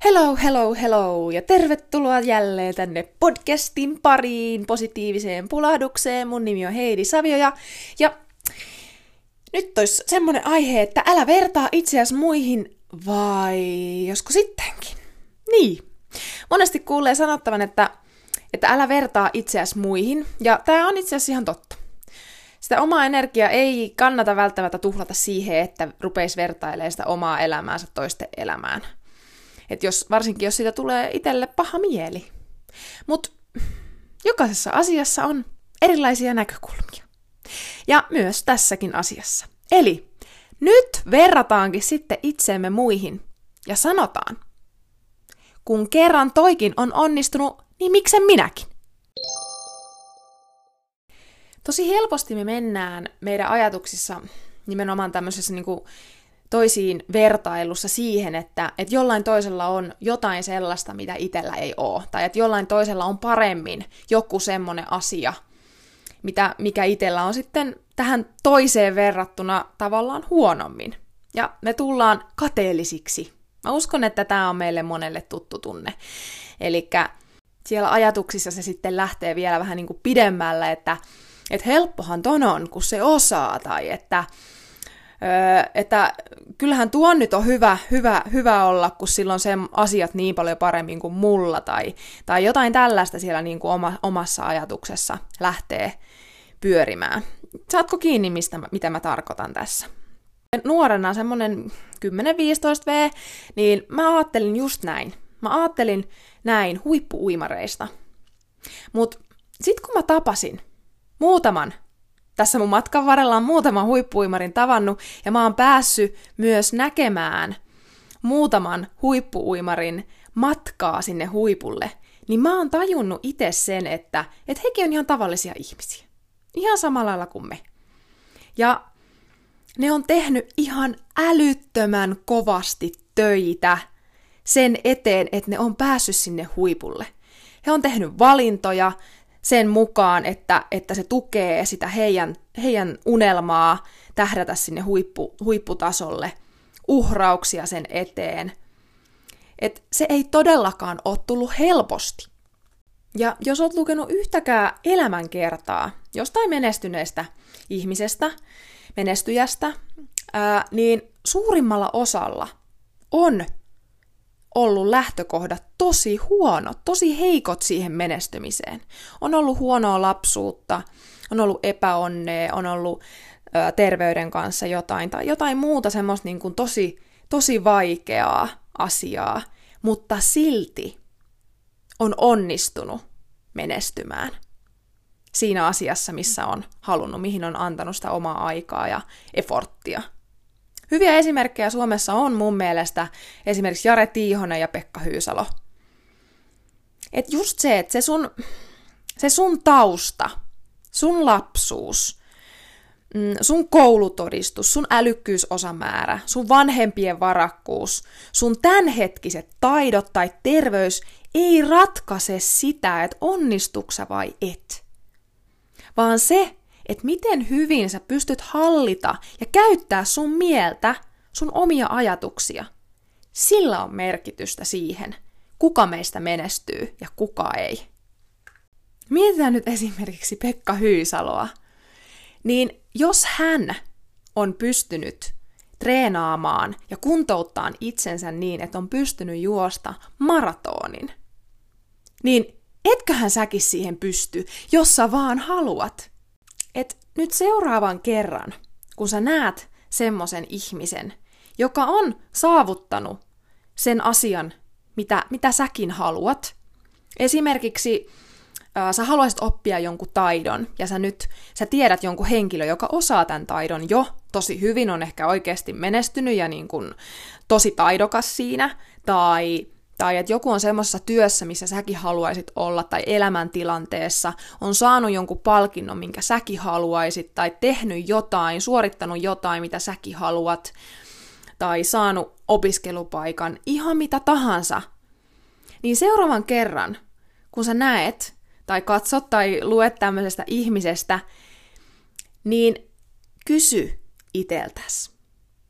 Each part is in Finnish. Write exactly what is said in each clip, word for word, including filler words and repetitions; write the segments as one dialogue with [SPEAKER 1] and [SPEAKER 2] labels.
[SPEAKER 1] Hello, hello, hello ja tervetuloa jälleen tänne podcastin pariin, positiiviseen pulahdukseen. Mun nimi on Heidi Savioja ja nyt olisi semmonen aihe, että älä vertaa itseäsi muihin vai joskus sittenkin. Niin, monesti kuulee sanottavan, että, että älä vertaa itseäsi muihin ja tää on itse asiassa ihan totta. Sitä omaa energiaa ei kannata välttämättä tuhlata siihen, että rupeisi vertailemaan sitä omaa elämäänsä toisten elämään. Et jos, varsinkin jos siitä tulee itselle paha mieli. Mutta jokaisessa asiassa on erilaisia näkökulmia. Ja myös tässäkin asiassa. Eli nyt verrataankin sitten itseemme muihin ja sanotaan, kun kerran toikin on onnistunut, niin miksen minäkin? Tosi helposti me mennään meidän ajatuksissa nimenomaan tämmöisessä niin kuin toisiin vertailussa siihen, että, että jollain toisella on jotain sellaista, mitä itsellä ei ole. Tai että jollain toisella on paremmin joku semmoinen asia, mitä, mikä itsellä on sitten tähän toiseen verrattuna tavallaan huonommin. Ja me tullaan kateellisiksi. Mä uskon, että tämä on meille monelle tuttu tunne. Elikkä siellä ajatuksissa se sitten lähtee vielä vähän niin kuin pidemmälle, että, että helppohan ton on, kun se osaa, tai että Öö, että kyllähän tuon nyt on hyvä, hyvä, hyvä olla, kun silloin se asiat niin paljon paremmin kuin mulla, tai, tai jotain tällaista siellä niin kuin oma, omassa ajatuksessa lähtee pyörimään. Saatko kiinni, mistä, mitä mä tarkoitan tässä? Nuorena semmonen kymmenen viisitoista vuotias, niin mä ajattelin just näin. Mä ajattelin näin huippu-uimareista. Mut sit kun mä tapasin muutaman, tässä mun matkan varrella on muutaman huippu-uimarin tavannut, ja mä oon päässyt myös näkemään muutaman huippu-uimarin matkaa sinne huipulle, niin mä oon tajunnut itse sen, että et hekin on ihan tavallisia ihmisiä. Ihan samalla lailla kuin me. Ja ne on tehnyt ihan älyttömän kovasti töitä sen eteen, että ne on päässyt sinne huipulle. He on tehnyt valintoja sen mukaan, että, että se tukee sitä heidän, heidän unelmaa tähdätä sinne huippu, huipputasolle, uhrauksia sen eteen. Et se ei todellakaan ole tullut helposti. Ja jos olet lukenut yhtäkään elämänkertaa jostain menestyneestä ihmisestä, menestyjästä, ää, niin suurimmalla osalla on ollut lähtökohdat tosi huonot, tosi heikot siihen menestymiseen. On ollut huonoa lapsuutta, on ollut epäonnea, on ollut ö, terveyden kanssa jotain tai jotain muuta semmoista niin kuin tosi, tosi vaikeaa asiaa, mutta silti on onnistunut menestymään siinä asiassa, missä on halunnut, mihin on antanut sitä omaa aikaa ja efforttia. Hyviä esimerkkejä Suomessa on mun mielestä esimerkiksi Jare Tiihonen ja Pekka Hyysalo. Et just se, että se sun, se sun tausta, sun lapsuus, sun koulutodistus, sun älykkyysosamäärä, sun vanhempien varakkuus, sun tämänhetkiset taidot tai terveys ei ratkaise sitä, että onnistuksa vai et. Vaan se, että miten hyvin sä pystyt hallita ja käyttää sun mieltä, sun omia ajatuksia. Sillä on merkitystä siihen, kuka meistä menestyy ja kuka ei. Mietitään nyt esimerkiksi Pekka Hyysaloa. Niin jos hän on pystynyt treenaamaan ja kuntouttaan itsensä niin, että on pystynyt juosta maratonin, niin etköhän säkin siihen pysty, jos sä vaan haluat. Et nyt seuraavan kerran, kun sä näet semmoisen ihmisen, joka on saavuttanut sen asian, mitä, mitä säkin haluat. Esimerkiksi ää, sä haluaisit oppia jonkun taidon, ja sä nyt sä tiedät jonkun henkilö, joka osaa tämän taidon jo tosi hyvin, on ehkä oikeasti menestynyt ja niin kun tosi taidokas siinä, tai Tai että joku on semmoisessa työssä, missä säkin haluaisit olla, tai elämäntilanteessa on saanut jonkun palkinnon, minkä säkin haluaisit, tai tehnyt jotain, suorittanut jotain, mitä säkin haluat, tai saanut opiskelupaikan, ihan mitä tahansa. Niin seuraavan kerran, kun sä näet, tai katsot, tai luet tämmöisestä ihmisestä, niin kysy iteltäs.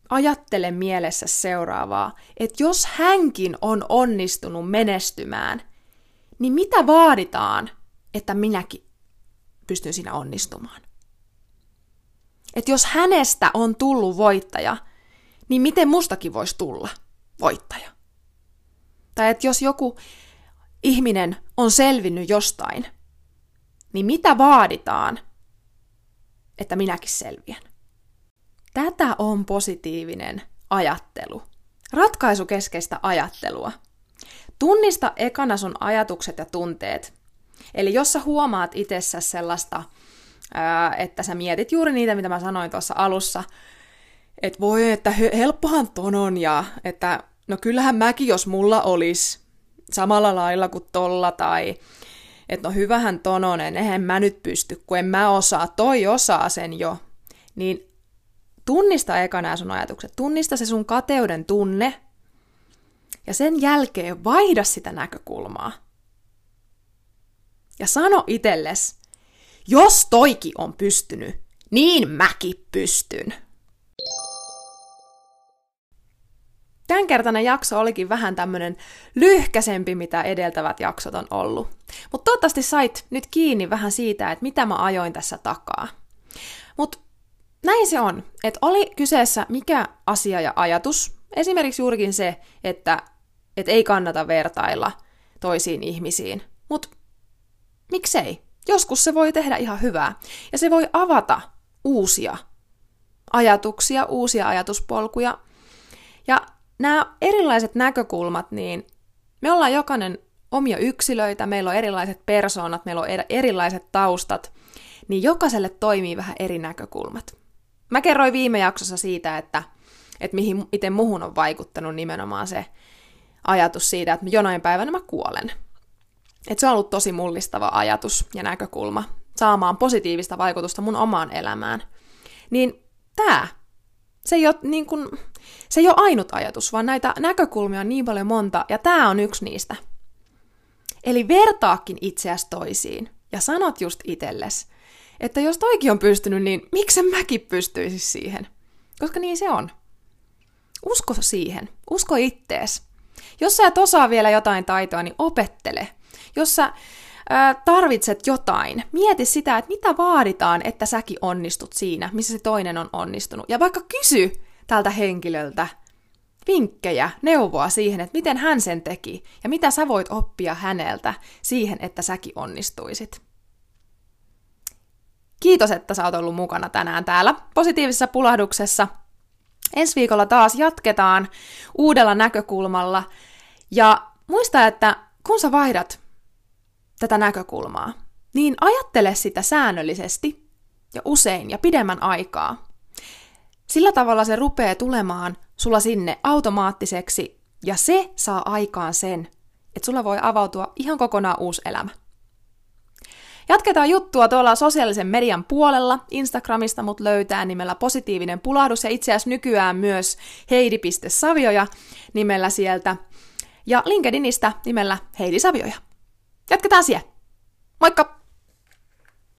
[SPEAKER 1] ajattele mielessä seuraavaa, että jos hänkin on onnistunut menestymään, niin mitä vaaditaan, että minäkin pystyn siinä onnistumaan? Että jos hänestä on tullut voittaja, niin miten mustakin voisi tulla voittaja? Tai että jos joku ihminen on selvinnyt jostain, niin mitä vaaditaan, että minäkin selviän? Tätä on positiivinen ajattelu. Ratkaisukeskeistä ajattelua. Tunnista ekana sun ajatukset ja tunteet. Eli jos sä huomaat itsessä sellaista, ää, että sä mietit juuri niitä, mitä mä sanoin tuossa alussa, että voi, että helppohan ton on ja että no kyllähän mäkin, jos mulla olisi samalla lailla kuin tolla, tai että no hyvähän ton on, eihän mä nyt pysty, kun en mä osaa, toi osaa sen jo, niin tunnista eka nämä sun ajatukset, tunnista se sun kateuden tunne, ja sen jälkeen vaihda sitä näkökulmaa. Ja sano itsellesi, jos toikin on pystynyt, niin mäkin pystyn. Tämänkertainen jakso olikin vähän tämmönen lyhkäsempi, mitä edeltävät jaksot on ollut. Mutta toivottavasti sait nyt kiinni vähän siitä, että mitä mä ajoin tässä takaa. Mutta näin se on, että oli kyseessä mikä asia ja ajatus. Esimerkiksi juurikin se, että, että ei kannata vertailla toisiin ihmisiin. Mutta miksei? Joskus se voi tehdä ihan hyvää. Ja se voi avata uusia ajatuksia, uusia ajatuspolkuja. Ja nämä erilaiset näkökulmat, niin me ollaan jokainen omia yksilöitä, meillä on erilaiset persoonat, meillä on erilaiset taustat, niin jokaiselle toimii vähän eri näkökulmat. Mä kerroin viime jaksossa siitä, että, että mihin, miten muhun on vaikuttanut nimenomaan se ajatus siitä, että jonain päivänä mä kuolen. Että se on ollut tosi mullistava ajatus ja näkökulma saamaan positiivista vaikutusta mun omaan elämään. Niin tää, se ei ole, niin kun, se ei ole ainut ajatus, vaan näitä näkökulmia on niin paljon monta, ja tää on yksi niistä. Eli vertaakin itseäsi toisiin, ja sanot just itsellesi, että jos toikin on pystynyt, niin miksen mäkin pystyisi siihen? Koska niin se on. Usko siihen. Usko ittees. Jos sä et osaa vielä jotain taitoa, niin opettele. Jos sä ää, tarvitset jotain, mieti sitä, että mitä vaaditaan, että säkin onnistut siinä, missä se toinen on onnistunut. Ja vaikka kysy tältä henkilöltä vinkkejä, neuvoa siihen, että miten hän sen teki, ja mitä sä voit oppia häneltä siihen, että säkin onnistuisit. Kiitos, että sä oot ollut mukana tänään täällä positiivisessa pulahduksessa. Ensi viikolla taas jatketaan uudella näkökulmalla. Ja muista, että kun sä vaihdat tätä näkökulmaa, niin ajattele sitä säännöllisesti ja usein ja pidemmän aikaa. Sillä tavalla se rupeaa tulemaan sulla sinne automaattiseksi ja se saa aikaan sen, että sulla voi avautua ihan kokonaan uusi elämä. Jatketaan juttua tuolla sosiaalisen median puolella. Instagramista mut löytää nimellä Positiivinen pulahdus ja itse asiassa nykyään myös heidi piste savioja nimellä sieltä. Ja LinkedInistä nimellä Heidi Savioja. Jatketaan siellä. Moikka!